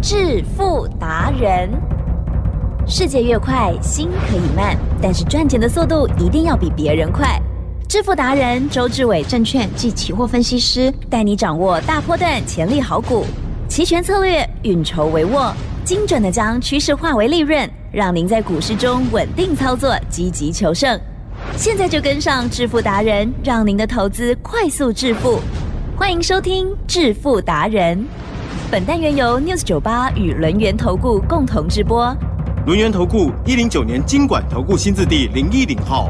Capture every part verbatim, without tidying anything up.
致富达人。世界越快，心可以慢，但是赚钱的速度一定要比别人快。致富达人周志伟证券及期货分析师带你掌握大波段潜力好股，期权策略运筹帷幄，精准的将趋势化为利润，让您在股市中稳定操作，积极求胜。现在就跟上致富达人，让您的投资快速致富。欢迎收听致富达人。本单元由 News 九十八与轮源投顾共同直播。 轮源投顾一零九年金管投顾新字第零一零号。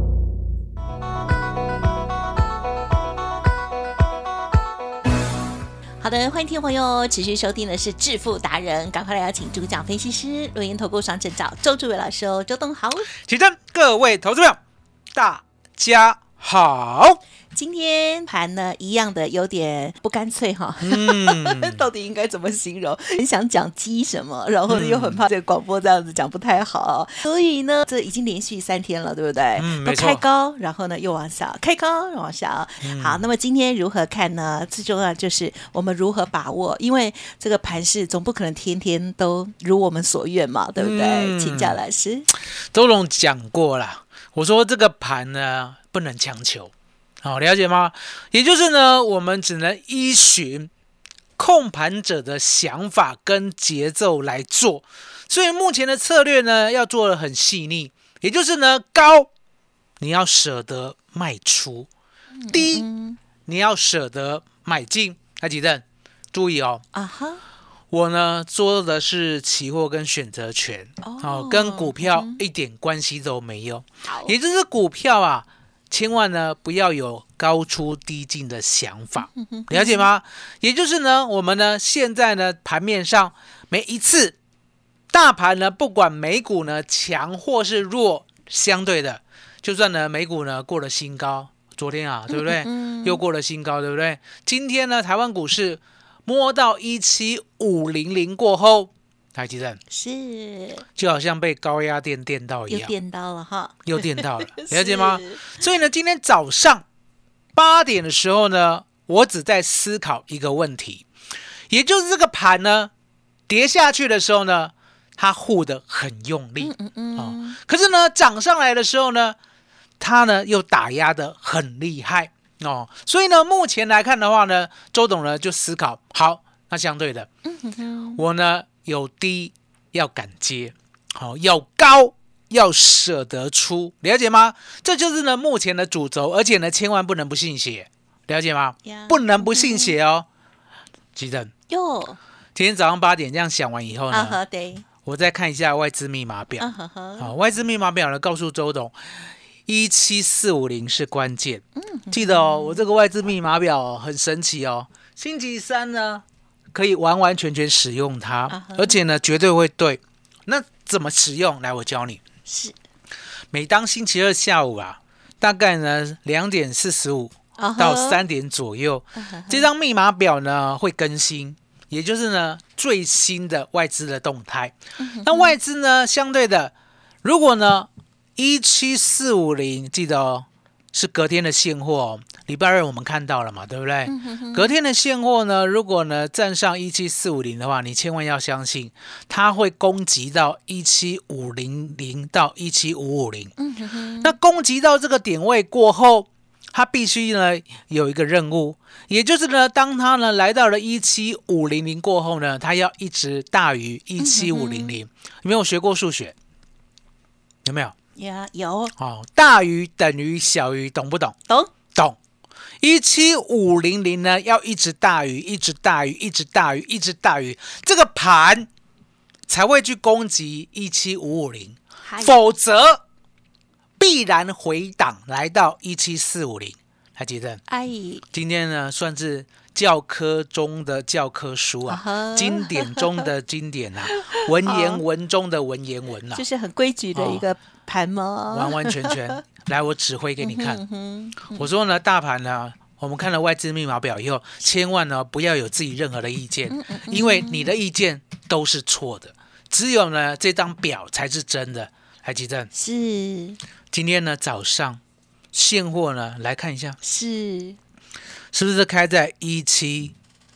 好的，欢迎听众朋友持续收听的是致富达人，赶快来邀请主讲分析师轮源投顾双证照周志伟老师哦，周董好。 起身，各位投资朋友，大家好。 今天盘呢，一样的有点不干脆哈， 嗯， 到底应该怎么形容？很想讲鸡什么，然后又很怕这个广播这样子讲不太好，所以呢，这已经连续三天了，对不对？ 嗯， 都开高，然后呢又往下，开高又往下。嗯、好，那么今天如何看呢？最重要就是我们如何把握，因为这个盘势总不可能天天都如我们所愿嘛，对不对？嗯、请教老师， 周董讲过了，我说这个盘呢不能强求。好，了解吗？也就是呢，我们只能依循控盘者的想法跟节奏来做。所以目前的策略呢，要做得很细腻。也就是呢，高你要舍得卖出，低你要舍得买进。来，几阵注意哦。啊哈，我呢做的是期货跟选择权，哦，哦跟股票一点关系都没有。也就是股票啊。千万呢不要有高出低进的想法，了解吗？也就是呢，我们呢现在呢盘面上每一次大盘呢，不管美股呢强或是弱，相对的，就算呢美股呢过了新高，昨天啊，对不对？又过了新高，对不对？今天呢，台湾股市摸到一七五零零过后。台积电是就好像被高压电电到一样， 又电到了哈， 又电到了，了解吗？所以呢，今天早上八点的时候呢，我只在思考一个问题，也就是这个盘呢跌下去的时候呢，它护得很用力，嗯嗯嗯哦、可是呢涨上来的时候呢，它呢又打压得很厉害哦。所以呢，目前来看的话呢，周董呢就思考，好，那相对的，嗯嗯我呢。有低要敢接，好、哦，要高要舍得出，了解吗？这就是呢目前的主轴，而且呢千万不能不信邪，了解吗？ Yeah, 不能不信邪哦。吉正哟，今天早上八点这样想完以后呢， uh-huh, 对我再看一下外资密码表， uh-huh. 好，外资密码表呢告诉周董，一七四五零是关键，嗯、记得哦，我这个外资密码表、哦、很神奇哦，星期三呢。可以完完全全使用它， uh-huh. 而且呢，绝对会对。那怎么使用？来，我教你。是，每当星期二下午啊，大概呢两点四十五到三点左右， uh-huh. 这张密码表呢会更新，也就是呢最新的外资的动态。Uh-huh. 那外资呢，相对的，如果呢一七四五零，记得哦。是隔天的现货、哦，礼拜二我们看到了嘛，对不对？嗯、哼哼隔天的现货呢，如果呢站上一七四五零的话，你千万要相信，它会攻击到一七五零零到一七五五零。那攻击到这个点位过后，它必须呢有一个任务，也就是呢，当它呢来到了一七五零零过后呢，它要一直大于一七五零零。有没有学过数学？有没有？ Yeah, 有哦，大于等于小于，懂不懂？ 懂懂。一七五零零呢，要一直大于，一直大于，一直大于，一直大于，这个盘才会去攻击一七五五零，否则必然回档来到一七四五零。还记得？哎，今天呢算是教科中的教科书啊， uh-huh. 经典中的经典啊，文言文中的文言文啊， 就是很规矩的一个。盘吗？ 完完全全来，我指挥给你看。我说呢，大盘呢，我们看了外资密码表以后，千万呢不要有自己任何的意见，因为你的意见都是错的，只有呢这张表才是真的。海基正是今天呢早上现货呢来看一下，是是不是开在一七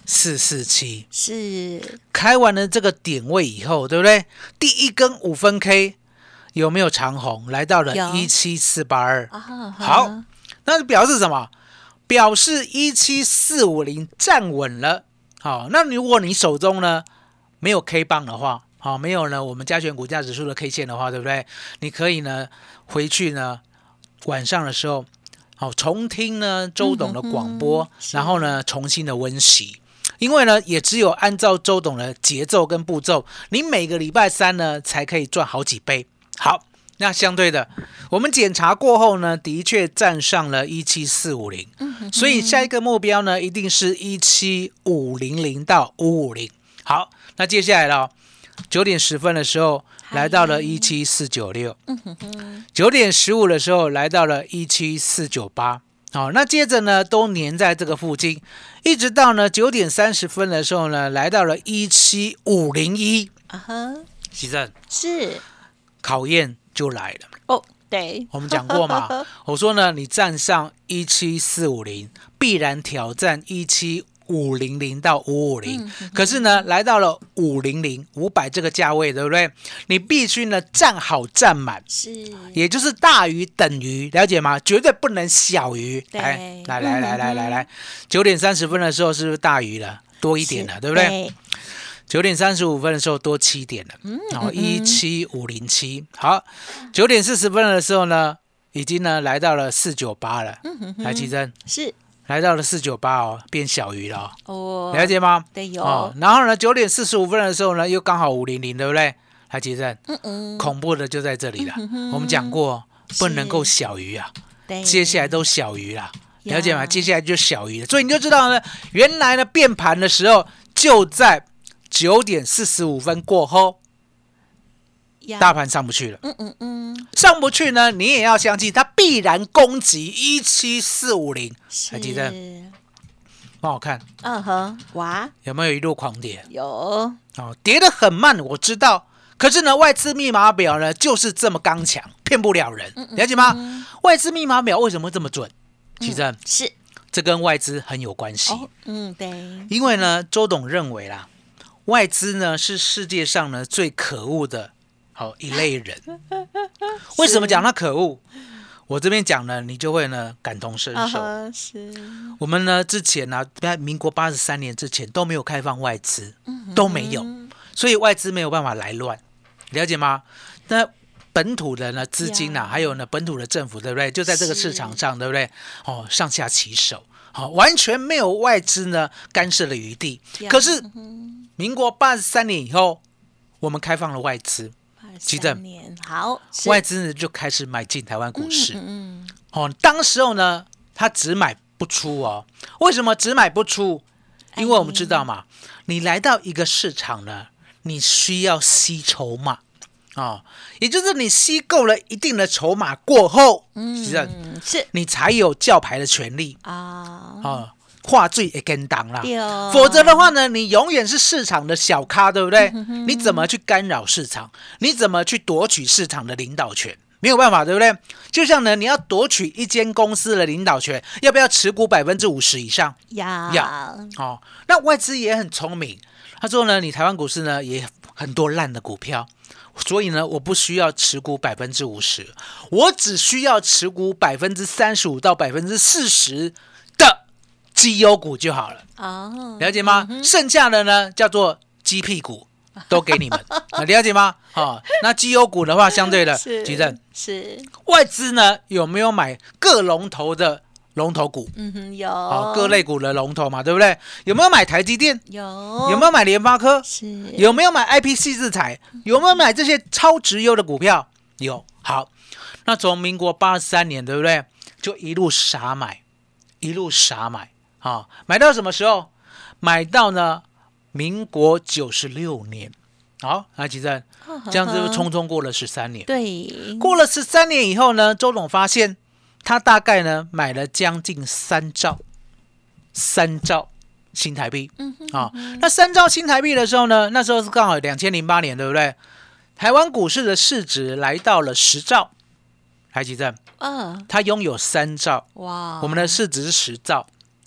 四四七， 是开完了这个点位以后，对不对？第一根五分 K 有没有长红？来到了一七四八二。好，那就表示什么？表示一七四五零站稳了。好，那如果你手中呢没有 K 棒的话，好，没有呢我们加权股价指数的 K 线的话，对不对？你可以呢回去呢晚上的时候，好重听呢周董的广播，嗯、然后呢重新的温习。因为呢，也只有按照周董的节奏跟步骤，你每个礼拜三呢才可以赚好几倍。好，那相对的，我们检查过后呢，的确站上了一七四五零，所以下一个目标呢，一定是一七五零零到五五零。好，那接下来了，九点十分的时候来到了一七四九六，九点十五的时候来到了一七四九八。好，那接着呢，都黏在这个附近，一直到呢九点三十分的时候呢，来到了一七五零一。啊哈，奇正是考验就来了哦。对， 我们讲过嘛，我说呢，你站上一七四五零，必然挑战一七五零零到五五零。可是呢，来到了五零零五百这个价位，对不对？你必须呢站好站满， 是， 也就是大于等于，了解吗？绝对不能小于。来来来来来来来，九点三十分的时候是不是大于了？多一点了，对不对？九点三十五分的时候多七点了，然后一七五零七。好，九点四十分的时候呢，已经呢来到了四九八了。来，奇珍是。 来到了四九八哦，变小于了哦， 了解吗？ 对，有、 哦。然后呢，九点四十五分的时候呢，又刚好五零零，对不对？来，奇珍，嗯嗯，恐怖的就在这里了。嗯、我们讲过，不能够小于啊，接下来都小于了，了解吗？接下来就小于了，所以你就知道呢，原来呢变盘的时候就在九点四十五分过后。大盘上不去了，嗯嗯嗯，上不去呢，你也要相信它必然攻击一七四五零，还记得？帮我看， 嗯哼，哇， 有没有一路狂跌？ 有， 哦，跌得很慢，我知道。可是呢，外资密码表呢就是这么刚强，骗不了人，嗯嗯了解吗？嗯、外资密码表为什么这么准？其正、嗯、 是， 这跟外资很有关系。 哦、嗯，对， 因为呢，周董认为啦，外资呢是世界上呢最可恶的。好一类人，为什么讲他可恶？我这边讲呢，你就会呢感同身受。Uh-huh, 是我们呢之前呢、啊，在民国八十三年之前都没有开放外资，嗯、都没有，所以外资没有办法来乱，了解吗？那本土的呢资金啊， yeah. 还有呢本土的政府，对不对？就在这个市场上，对不对？哦，上下其手，好、哦，完全没有外资呢干涉的余地。Yeah. 可是民国八十三年以后，我们开放了外资。奇正， 好， 外资呢就开始买进台湾股市。嗯嗯哦，当时候呢，他只买不出哦。为什么只买不出？因为我们知道嘛，你来到一个市场呢，你需要吸筹码哦，也就是你吸够了一定的筹码过后，奇正、嗯、是，你才有叫牌的权利啊。哦。话最也跟当啦，否则的话呢，你永远是市场的小咖，对不对？嗯、你怎么去干扰市场？你怎么去夺取市场的领导权？没有办法，对不对？就像呢，你要夺取一间公司的领导权，要不要持股百分之五十以上？ 要要哦。那外资也很聪明，他说呢，你台湾股市呢也很多烂的股票，所以呢，我不需要持股百分之五十，我只需要持股百分之三十五到百分之四十的。绩优股就好了，哦，了解吗？嗯、剩下的呢叫做鸡屁股，都给你们，了解吗？哦，那绩优股的话，相对的，奇正是外资呢有没有买各龙头的龙头股？ 嗯哼，有， 哦，各类股的龙头嘛，对不对？有没有买台积电？ 有， 有没有买联发科？ 是， 有没有买 I P C 制裁？有没有买这些超值优的股票？有。好，那从民国八十三年，对不对？就一路傻买，一路傻买。哦、买到什么时候？买到呢？民国九十六年。好，那其实这样子匆匆过了十三年。 对， 过了十三年以后呢，周董发现他大概呢买了将近三兆，三兆新台币。嗯哼，啊、哦，那三兆新台币的时候呢，那时候是刚好两千零八年，对不对？台湾股市的市值来到了十兆，台积电，嗯，它拥有三兆，哇，我们的市值是十兆。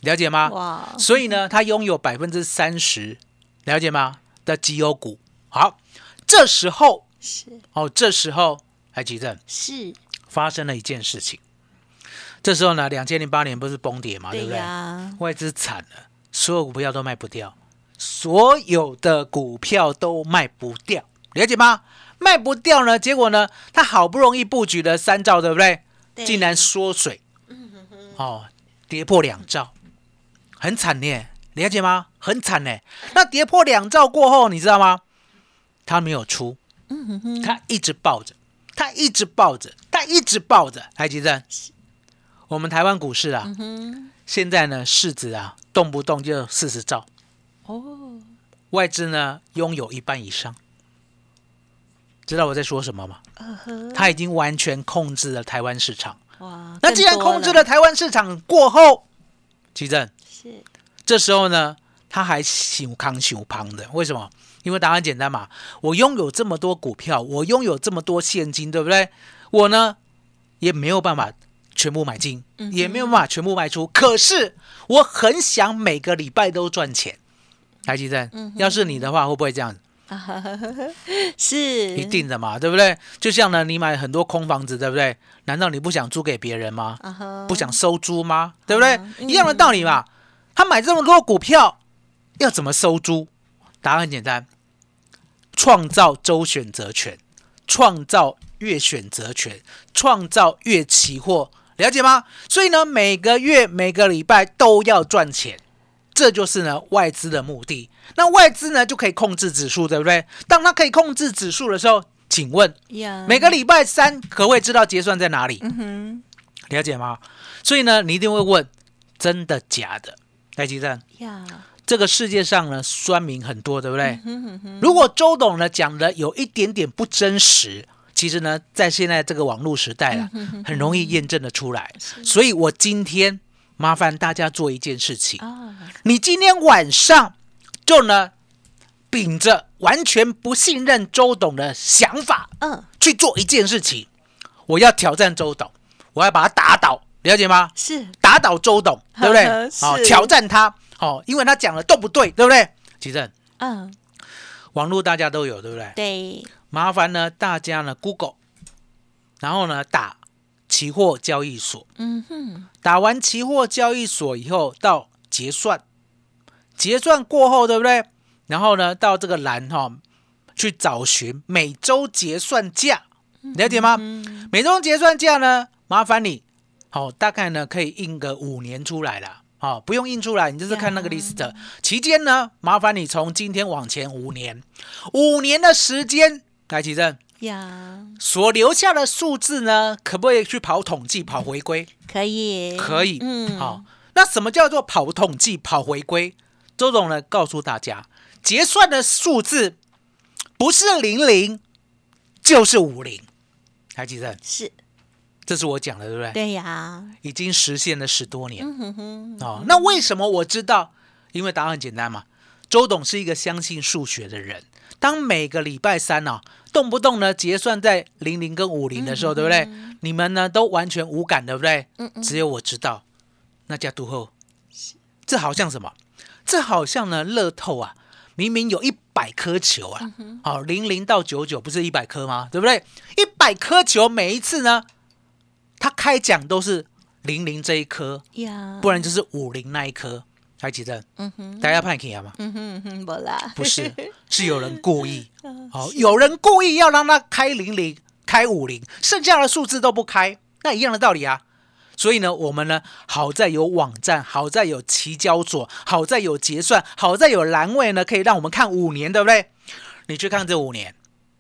了解吗？ 哇， 所以呢，他拥有百分之三十，了解吗？的绩优股。好，这时候是哦，这时候来举证， 是， 发生了一件事情。这时候呢，两千零八年不是崩跌嘛，对不对？外资惨了，所有股票都卖不掉，所有的股票都卖不掉，了解吗？卖不掉呢，结果呢，他好不容易布局了三兆，对不对？ 对竟然缩水，哦，跌破两兆，很惨呢，了解吗？很惨呢。那跌破两兆过后，你知道吗？他没有出，他一直抱着，他一直抱着，他一直抱着。台积电，我们台湾股市啊，嗯、现在呢市值啊，动不动就四十兆，哦，外资呢拥有一半以上。知道我在说什么吗？ Uh-huh. 他已经完全控制了台湾市场。哇！那既然控制了台湾市场过后，奇正是这时候呢，他还想康想胖的，为什么？因为答案简单嘛，我拥有这么多股票，我拥有这么多现金，对不对？我呢也没有办法全部买进，嗯、也没有办法全部卖出。可是我很想每个礼拜都赚钱。台积电、嗯，要是你的话，会不会这样子？ 是一定的嘛，对不对？就像呢，你买很多空房子，对不对？难道你不想租给别人吗？ Uh-huh. 不想收租吗？对不对？ Uh-huh. 一样的道理嘛。他买这么多股票，要怎么收租？答案很简单，创造周选择权，创造月选择权，创造月期货，了解吗？所以呢，每个月每个礼拜都要赚钱。这就是呢外资的目的。那外资呢就可以控制指数，对不对？当它可以控制指数的时候，请问、yeah. 每个礼拜三可不可以知道结算在哪里？嗯哼，了解吗？所以呢，你一定会问，真的假的？台积电， yeah. 这个世界上呢酸民很多，对不对？嗯哼嗯哼，如果周董呢讲的有一点点不真实，其实呢，在现在这个网络时代啊，嗯哼嗯哼，很容易验证的出来。所以我今天麻烦大家做一件事情，哦、你今天晚上就呢秉着完全不信任周董的想法，嗯，去做一件事情。我要挑战周董，我要把他打倒，了解吗？是打倒周董，对不对？好、哦，挑战他，哦，因为他讲的都不对，对不对？其正，嗯，网络大家都有，对不对？对，麻烦呢大家呢 Google， 然后呢打期货交易所，嗯哼，打完期货交易所以后到结算，结算过后，对不对？然后呢，到这个栏哈、哦，去找寻每周结算价，了解吗？嗯、每周结算价呢，麻烦你，好、哦，大概呢可以印个五年出来了，好、哦，不用印出来，你就是看那个 list。期间呢，麻烦你从今天往前五年，五年的时间，来齐正。呀，所留下的数字呢，可不可以去跑统计、跑回归？ 可以， 可以。嗯，好、哦。那什么叫做跑统计、跑回归？周董呢，告诉大家，结算的数字不是零零，就是五零。还记得？是，这是我讲的，对不对？ 对呀， 已经实现了十多年。嗯哼哼。哦，那为什么我知道？因为答案很简单嘛。周董是一个相信数学的人。当每个礼拜三啊，动不动呢结算在零零跟五零的时候，嗯、对不对？你们呢都完全无感，对不对？嗯嗯，只有我知道，那叫独后。这好像什么？这好像呢乐透啊，明明有一百颗球啊，好、嗯，零零到九九不是一百颗吗？对不对？一百颗球，每一次呢，它开奖都是零零这一颗，不然就是五零那一颗。还记得？嗯哼，大家判起吗？嗯哼嗯哼，不啦，不是，是有人故意，哦，有人故意要让他开零零、开五零，剩下的数字都不开，那一样的道理啊。所以呢，我们呢，好在有网站，好在有期交所，好在有结算，好在有栏位呢，可以让我们看五年，对不对？你去看这五年，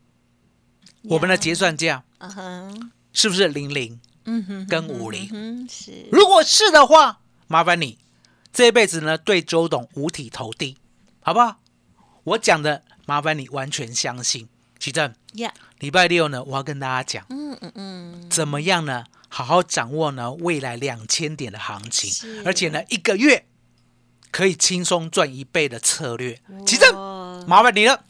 yeah. 我们的结算价，嗯哼，是不是零零？嗯哼，跟五零、嗯，是。如果是的话，麻烦你。这一辈子呢，对周董五体投地，好不好？我讲的，麻烦你完全相信。齐正，yeah. 礼拜六呢，我要跟大家讲，嗯嗯嗯，怎么样呢？好好掌握呢未来两千点的行情，而且呢，一个月可以轻松赚一倍的策略。齐正，麻烦你了。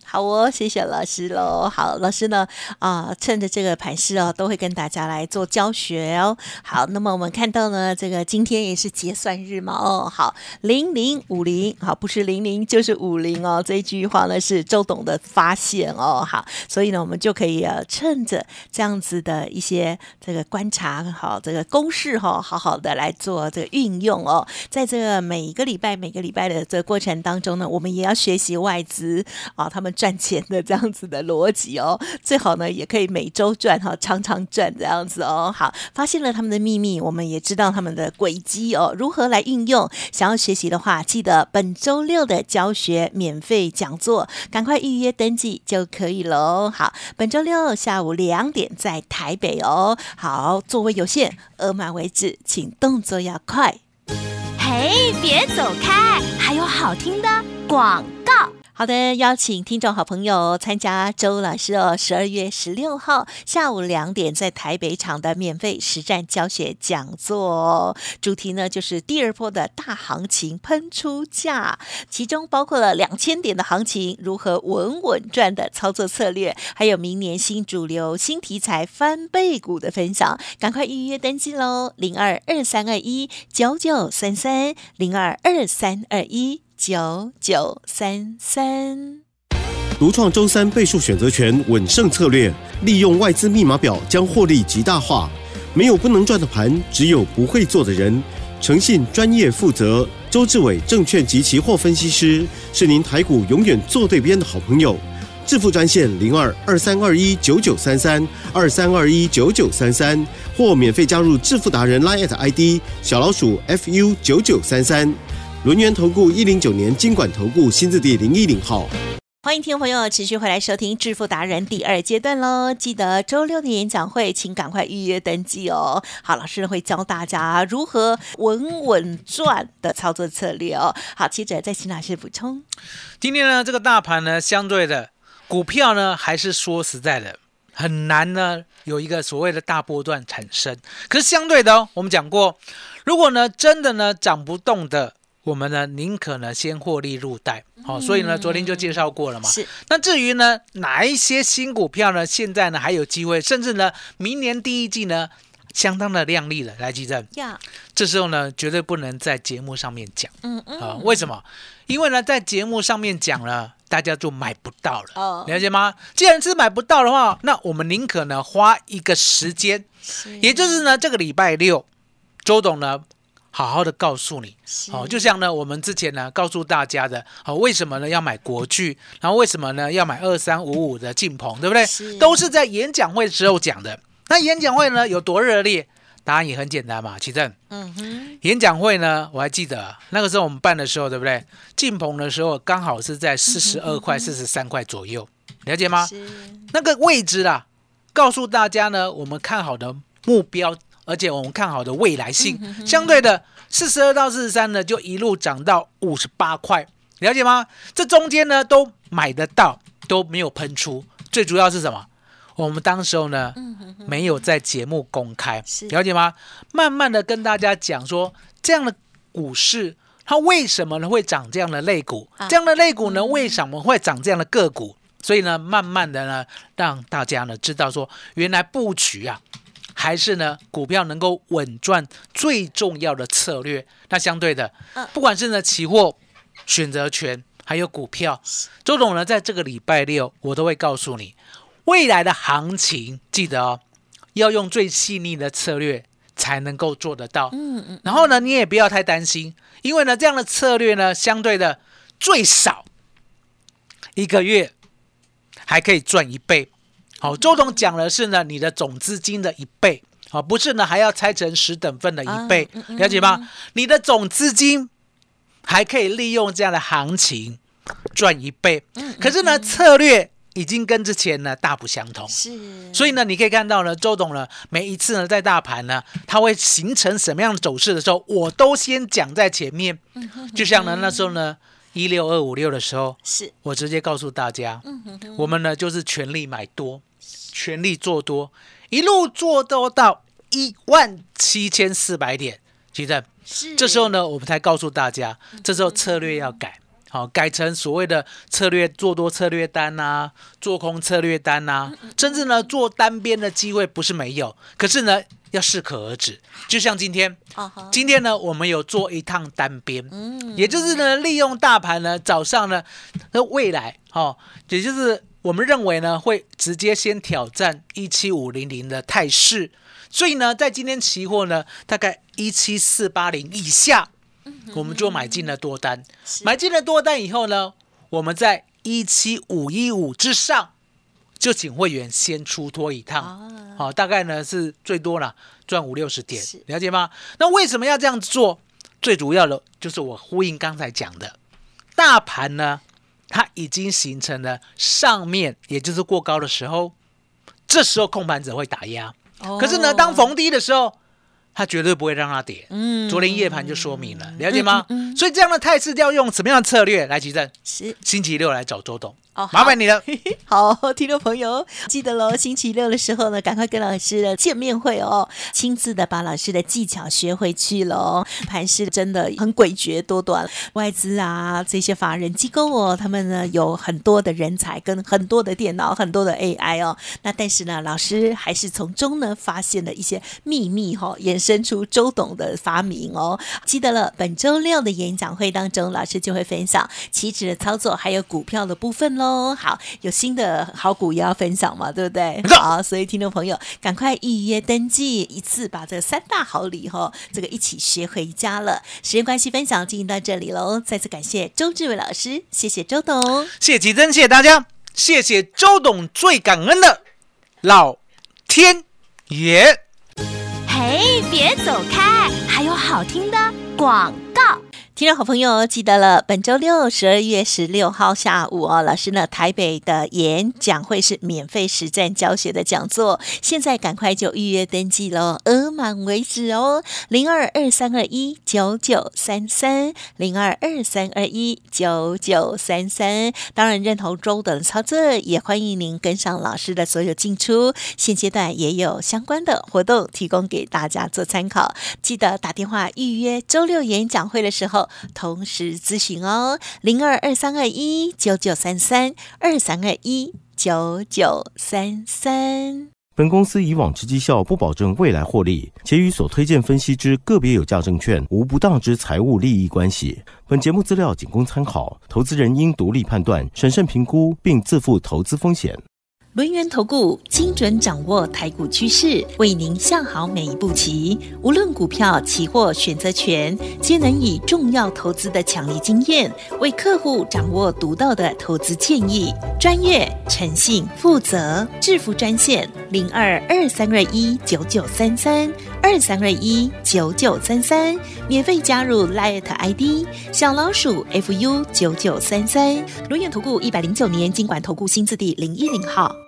好哦，谢谢老师喽。好，老师呢啊、呃，趁着这个盘势哦，都会跟大家来做教学哦。好，那么我们看到呢，这个今天也是结算日嘛哦。好，零零五零，好，不是零零就是五零哦。这一句话呢是周董的发现哦。好，所以呢，我们就可以呃趁着这样子的一些这个观察，好，这个公式哈、哦，好好的来做这个运用哦。在这个每一个礼拜每个礼拜的这个过程当中呢，我们也要学习外资啊，他们赚钱的这样子的逻辑哦，最好呢也可以每周赚哈，常常赚这样子哦。好，发现了他们的秘密，我们也知道他们的轨迹哦，如何来运用。想要学习的话，记得本周六的教学免费讲座，赶快预约登记就可以喽。好，本周六下午两点在台北哦。好，座位有限，额满为止，请动作要快。 嘿，别走开，还有好听的广告。 好的，邀请听众好朋友参加周老师哦，十二月十六号下午两点在台北场的免费实战教学讲座哦。主题呢就是第二波的大行情喷出价，其中包括了两千点的行情，如何稳稳赚的操作策略，还有明年新主流新题材翻倍股的分享，赶快预约登记喽！零二二三二一九九三三零二二三二一。九九三三， 独创周三倍数选择权稳胜策略，利用外资密码表将获利极大化。没有不能赚的盘，只有不会做的人。诚信、专业、负责，周志伟证券及期货分析师是您台股永远做对边的好朋友。致富专线零二二三二一九九三三二三二一九九三三，或免费加入致富达人 Line at I D 小老鼠 F U 九九三三。轮源投顾一零九年金管投顾新字第零一零号。 欢迎听众朋友持续回来收听致富达人第二阶段喽！记得周六的演讲会，请赶快预约登记哦。好，老师会教大家如何稳稳赚的操作策略哦。好，接着再请老师补充。 今天呢，这个大盘呢，相对的股票呢，还是说实在的很难呢有一个所谓的大波段产生。可是相对的哦，我们讲过，如果呢真的呢涨不动的，我们呢宁可呢先获利入袋，好、哦，所以呢昨天就介绍过了嘛。是。那至于呢哪一些新股票呢，现在呢还有机会，甚至呢明年第一季呢相当的亮丽了，来基正。Yeah. 这时候呢绝对不能在节目上面讲，嗯嗯、呃，为什么？因为呢在节目上面讲了，大家就买不到了，哦、了解吗？既然是买不到的话，那我们宁可呢花一个时间，也就是呢这个礼拜六，周董呢。好好的告诉你，哦，就像呢，我们之前呢告诉大家的，哦，为什么呢要买国巨，然后为什么呢要买二三五五的晋鹏，对不对？是都是在演讲会的时候讲的。那演讲会呢有多热烈？答案也很简单嘛，启正。嗯哼。演讲会呢，我还记得那个时候我们办的时候，对不对？晋鹏的时候刚好是在四十二块、四十三块左右，了解吗？那个位置啦，告诉大家呢，我们看好的目标。而且我们看好的未来性，嗯、哼哼相对的四十二到四十三呢，就一路涨到五十八块，了解吗？这中间呢都买得到，都没有喷出。最主要是什么？我们当时候呢、嗯、哼哼没有在节目公开，了解吗？慢慢的跟大家讲说，这样的股市它为什么呢会涨这样的类股？啊、这样的类股呢、嗯、为什么会涨这样的个股？所以呢，慢慢的呢让大家呢知道说，原来布局啊。还是呢，股票能够稳赚最重要的策略。那相对的，不管是呢期货、选择权，还有股票，周董呢在这个礼拜六，我都会告诉你，未来的行情，记得哦，要用最细腻的策略才能够做得到。嗯嗯。然后呢，你也不要太担心，因为呢这样的策略呢，相对的最少一个月还可以赚一倍。好，周董讲的是呢，你的总资金的一倍，好，不是呢还要拆成十等份的一倍，啊、了解吗？你的总资金还可以利用这样的行情赚一倍，可是呢策略已经跟之前呢大不相同，是，所以呢你可以看到呢，周董呢每一次呢在大盘呢，它会形成什么样的走势的时候，我都先讲在前面，就像呢那时候呢。一六二五六的时候，是我直接告诉大家，嗯、哼哼我们呢就是全力买多，全力做多，一路做多到一万七千四百点，其实这时候呢，我们才告诉大家，这时候策略要改， 好，改成所谓的策略做多策略单啊，做空策略单啊，甚至呢做单边的机会不是没有，可是呢要适可而止。就像今天， uh-huh. 今天呢我们有做一趟单边，嗯、也就是呢利用大盘呢早上呢未来，哦，也就是我们认为呢会直接先挑战一七五零零的态势，所以呢在今天期货呢大概一七四八零以下。我们就买进了多单，买进了多单以后呢，我们在一七五一五之上，就请会员先出脱一趟，好、啊哦，大概呢是最多了赚五六十点，了解吗？那为什么要这样做？最主要的就是我呼应刚才讲的，大盘呢，它已经形成了上面，也就是过高的时候，这时候控盘者会打压，哦、可是呢，当逢低的时候。它绝对不会让它跌，嗯，昨天夜盘就说明了，了解吗？嗯嗯嗯、所以这样的态势要用什么样的策略来提振？是星期六来找周董。哦，麻烦你了。 好，听众朋友记得喽，星期六的时候呢，赶快跟老师的见面会哦，亲自的把老师的技巧学回去喽。盘势真的很诡谲多端，外资啊这些法人机构哦，他们呢有很多的人才跟很多的电脑，很多的 A I 哦。那但是呢，老师还是从中呢发现了一些秘密哈、哦，衍生出周董的发明哦。记得了，本周六的演讲会当中，老师就会分享期指的操作，还有股票的部分喽。好，有新的好股也要分享嘛，对不对？好，所以听众朋友赶快预约登记，一次把这三大好礼哈、哦，这个一起学回家了。时间关系，分享进行到这里喽，再次感谢周志伟老师，谢谢周董， 谢谢奇珍，谢谢大家，谢谢周董，最感恩的老天爷。 嘿，别走开，还有好听的广告。 听众好朋友记得了，本周六十二月十六号下午哦，老师呢台北的演讲会是免费实战教学的讲座，现在赶快就预约登记咯，额满为止哦，零二二三二一九九三三零二二三二一九九三三。当然认同周董的操作，也欢迎您跟上老师的所有进出，现阶段也有相关的活动提供给大家做参考，记得打电话预约周六演讲会的时候同时咨询哦，零二二三二一九九三三二三二一九九三三。 本公司以往之绩效不保证未来获利，且与所推荐分析之个别有价证券无不当之财务利益关系。本节目资料仅供参考，投资人应独立判断、审慎评估，并自负投资风险。 轮源投顾精准掌握台股趋势，为您下好每一步棋。无论股票、期货、选择权，皆能以重要投资的强力经验，为客户掌握独到的投资建议。专业、诚信、负责，致富专线零二二三二一九九三三二三二一九九三三，免费加入 Line I D 小老鼠 F U 九九三三。轮源投顾一百零九年金管投顾新字第零一零号。